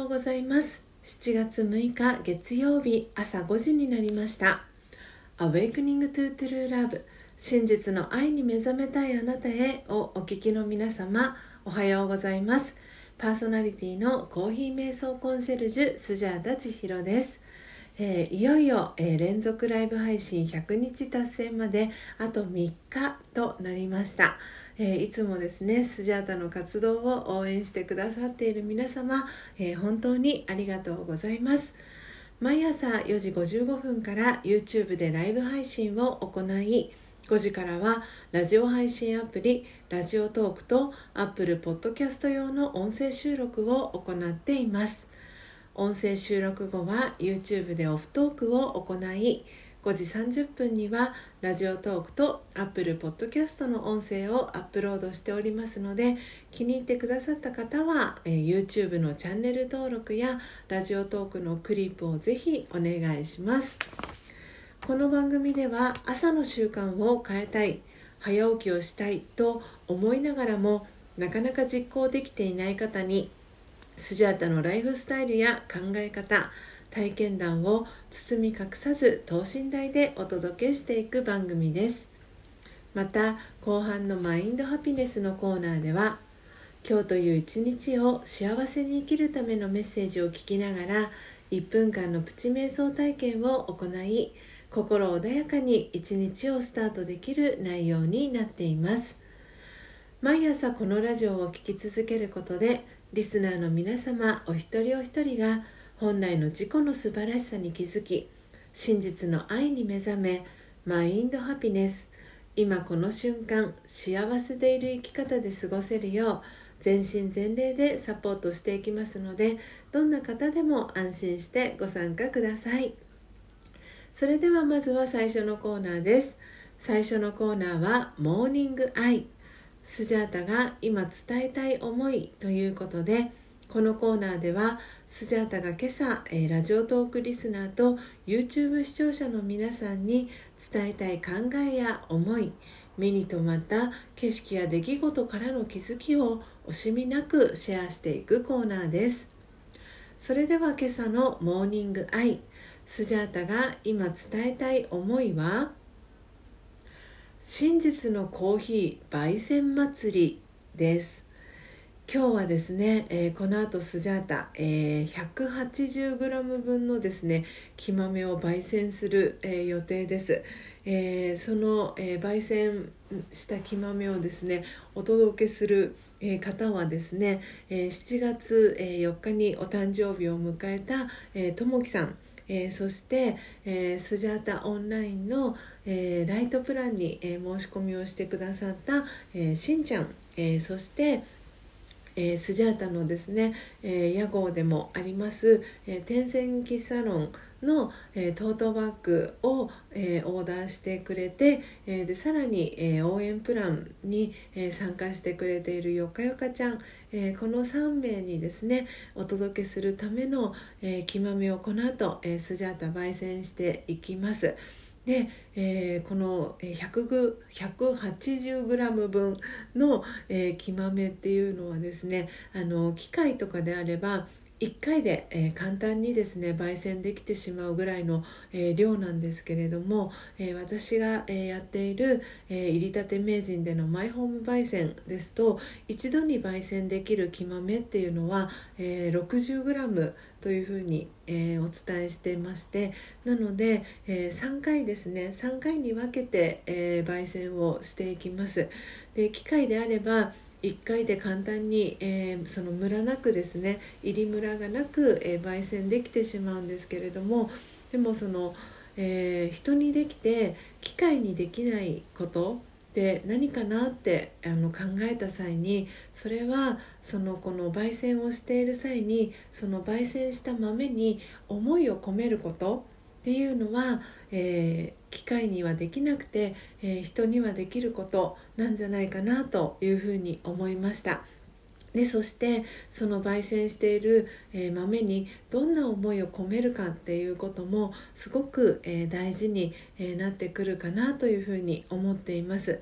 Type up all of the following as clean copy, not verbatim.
ございます。7月6日月曜日朝5時になりました。 Awakening to True Love 真実の愛に目覚めたいあなたへをお聞きの皆様、おはようございます。パーソナリティのコーヒー瞑想コンシェルジュスジャータ千尋です。いよいよ、連続ライブ配信100日達成まであと3日となりました。いつもですねスジャータの活動を応援してくださっている皆様、本当にありがとうございます。毎朝4時55分から YouTube でライブ配信を行い、5時からはラジオ配信アプリラジオトークと Apple Podcast 用の音声収録を行っています。音声収録後は YouTube でオフトークを行い、5時30分にはラジオトークと Apple Podcast の音声をアップロードしておりますので、気に入ってくださった方は、YouTube のチャンネル登録やラジオトークのクリップをぜひお願いします。この番組では朝の習慣を変えたい、早起きをしたいと思いながらもなかなか実行できていない方に、スジャータのライフスタイルや考え方、体験談を包み隠さず等身大でお届けしていく番組です。また後半のマインドハピネスのコーナーでは、今日という一日を幸せに生きるためのメッセージを聞きながら1分間のプチ瞑想体験を行い、心穏やかに一日をスタートできる内容になっています。毎朝このラジオを聴き続けることで、リスナーの皆様お一人お一人が本来の自己の素晴らしさに気づき、真実の愛に目覚め、マインドハピネス、今この瞬間幸せでいる生き方で過ごせるよう全身全霊でサポートしていきますので、どんな方でも安心してご参加ください。それではまずは最初のコーナーです。最初のコーナーはモーニングアイ、スジャータが今伝えたい思いということで、このコーナーではスジャータが今朝、ラジオトークリスナーと YouTube 視聴者の皆さんに伝えたい考えや思い、目に留まった景色や出来事からの気づきを惜しみなくシェアしていくコーナーです。それでは今朝のモーニングアイ、スジャータが今伝えたい思いは、真実のコーヒー焙煎祭りです。今日はですね、この後スジャータ、180g 分のですね木豆を焙煎する、予定です。その、焙煎した木豆をですねお届けする、方はですね、7月、4日にお誕生日を迎えた、ともきさん、そして、スジャータオンラインの、ライトプランに、申し込みをしてくださった、しんちゃん、そしてスジャータのですね、屋号でもあります、天線機サロンの、トートバッグを、オーダーしてくれて、でさらに、応援プランに、参加してくれているよかよかちゃん、この3名にですねお届けするための、木豆をこの後、スジャータ焙煎していきます。で、この 180g 分の、木豆っていうのはですね、機械とかであれば1回で、簡単にですね焙煎できてしまうぐらいの、量なんですけれども、私が、やっている、入りたて名人でのマイホーム焙煎ですと、一度に焙煎できる木豆っていうのは、60g というふうに、お伝えしていまして、なので、3回ですね、3回に分けて、焙煎をしていきます。で機械であれば1回で簡単に、そのムラなくですね、入りムラがなく、焙煎できてしまうんですけれども、でもその、人にできて機械にできないことで何かなって考えた際に、それはこの焙煎をしている際にその焙煎した豆に思いを込めることっていうのは、機械にはできなくて、人にはできることなんじゃないかなというふうに思いました。でそしてその焙煎している、豆にどんな思いを込めるかっていうこともすごく、大事に、なってくるかなというふうに思っています。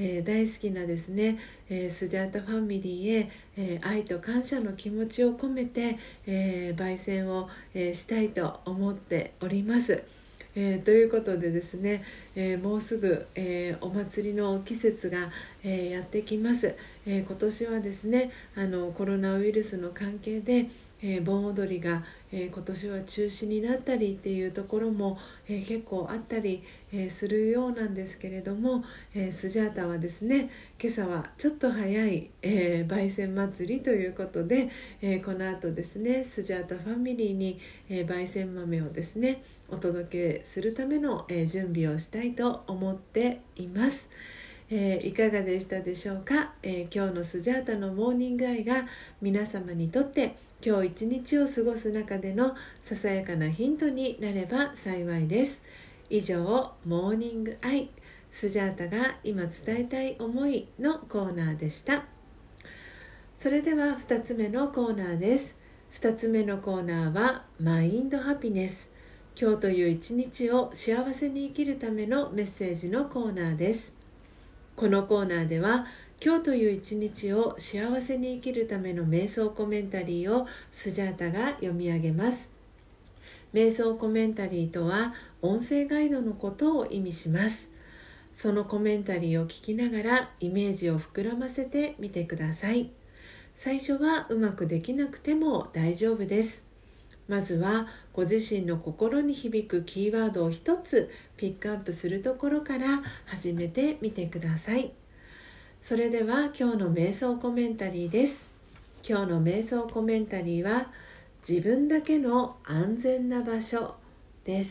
大好きなですね、スジャータファミリーへ、愛と感謝の気持ちを込めて、焙煎を、したいと思っております。ということでですね、もうすぐ、お祭りの季節が、やってきます。今年はですねコロナウイルスの関係で、盆踊りが、今年は中止になったりっていうところも、結構あったり、するようなんですけれども、スジャータはですね今朝はちょっと早い、焙煎祭りということで、この後ですねスジャータファミリーに、焙煎豆をですねお届けするための、準備をしたいと思っています。いかがでしたでしょうか。今日のスジャータのモーニングアイが皆様にとって今日一日を過ごす中でのささやかなヒントになれば幸いです。以上、モーニングアイ、スジャータが今伝えたい思いのコーナーでした。それでは2つ目のコーナーです。2つ目のコーナーはマインドハピネス。今日という一日を幸せに生きるためのメッセージのコーナーです。このコーナーでは今日という一日を幸せに生きるための瞑想コメンタリーをスジャータが読み上げます。瞑想コメンタリーとは音声ガイドのことを意味します。そのコメンタリーを聞きながらイメージを膨らませてみてください。最初はうまくできなくても大丈夫です。まずはご自身の心に響くキーワードを一つピックアップするところから始めてみてください。それでは今日の瞑想コメンタリーです。今日の瞑想コメンタリーは自分だけの安全な場所です。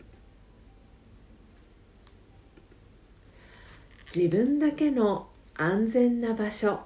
自分だけの安全な場所。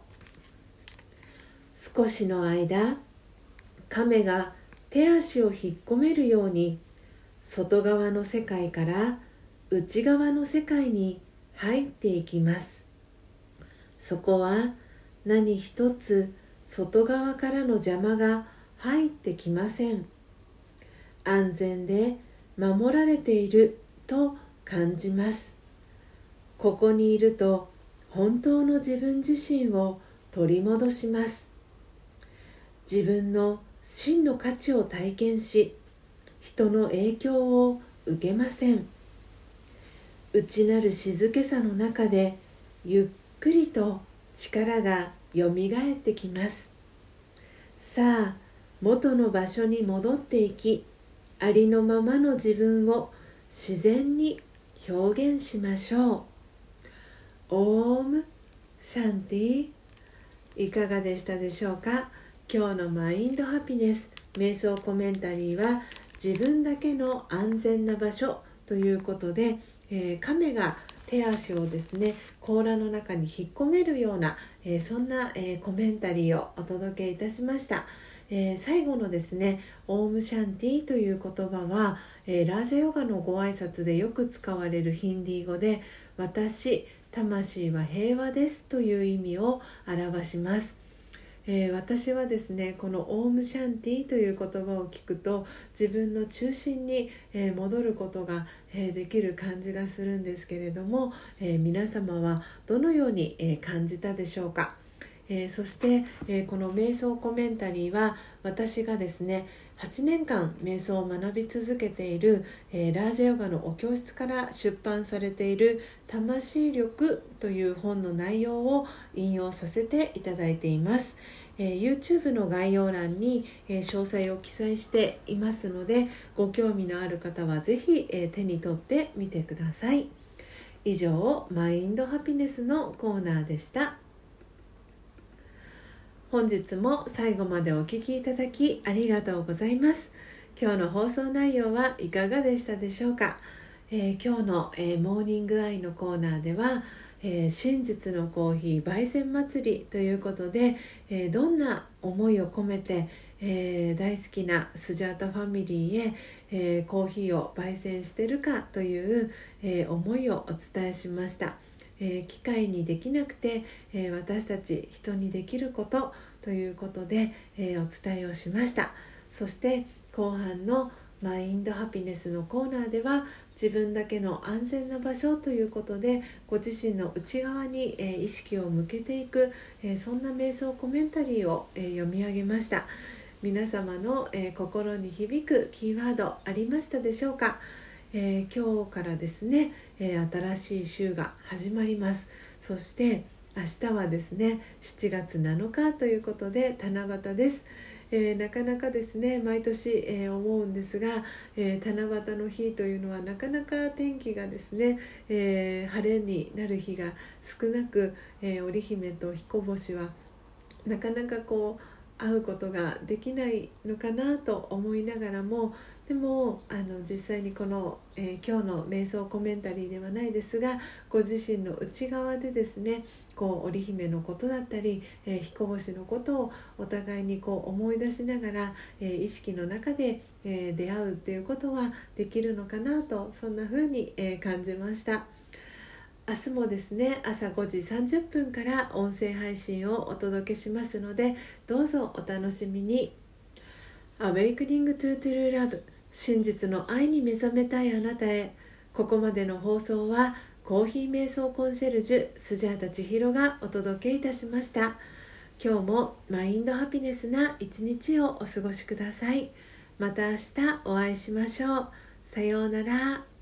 少しの間、亀が手足を引っ込めるように外側の世界から内側の世界に入っていきます。そこは何一つ外側からの邪魔が入ってきません。安全で守られていると感じます。ここにいると本当の自分自身を取り戻します。自分の真の価値を体験し、人の影響を受けません。内なる静けさの中でゆっくりと力がよみがえってきます。さあ、元の場所に戻っていき、ありのままの自分を自然に表現しましょう。オームシャンティ。いかがでしたでしょうか。今日のマインドハピネス瞑想コメンタリーは自分だけの安全な場所ということで、亀が手足をですね甲羅の中に引っ込めるような、そんな、コメンタリーをお届けいたしました。最後のですねオームシャンティという言葉は、ラージャヨガのご挨拶でよく使われるヒンディー語で私、魂は平和ですという意味を表します。私はですねこのオームシャンティという言葉を聞くと自分の中心に、戻ることが、できる感じがするんですけれども、皆様はどのように、感じたでしょうか。そして、この瞑想コメンタリーは私がですね8年間瞑想を学び続けている、ラージャヨガのお教室から出版されている魂力という本の内容を引用させていただいています。YouTube の概要欄に、詳細を記載していますのでご興味のある方はぜひ、手に取ってみてください。以上、マインドハピネスのコーナーでした。本日も最後までお聞きいただきありがとうございます。今日の放送内容はいかがでしたでしょうか。今日の、モーニングアイのコーナーでは、真実のコーヒー焙煎祭りということで、どんな思いを込めて、大好きなスジャータファミリーへ、コーヒーを焙煎しているかという、思いをお伝えしました。機械にできなくて、私たち人にできることということで、お伝えをしました。そして後半のマインドハピネスのコーナーでは自分だけの安全な場所ということでご自身の内側に、意識を向けていく、そんな瞑想コメンタリーを、読み上げました。皆様の、心に響くキーワードありましたでしょうか。今日からですね、新しい週が始まります。そして明日はですね7月7日ということで七夕です。なかなかですね毎年、思うんですが、七夕の日というのはなかなか天気がですね、晴れになる日が少なく、織姫と彦星はなかなか会うことができないのかなと思いながらも、でも実際にこの、今日の瞑想コメンタリーではないですがご自身の内側でですね織姫のことだったり、彦星のことをお互いに思い出しながら、意識の中で、出会うっていうことはできるのかなと、そんな風に、感じました。明日もですね朝5時30分から音声配信をお届けしますのでどうぞお楽しみに。 Awakening to True Love 真実の愛に目覚めたいあなたへ。ここまでの放送はコーヒー瞑想コンシェルジュスジャータ千尋がお届けいたしました。今日もマインドハピネスな一日をお過ごしください。また明日お会いしましょう。さようなら。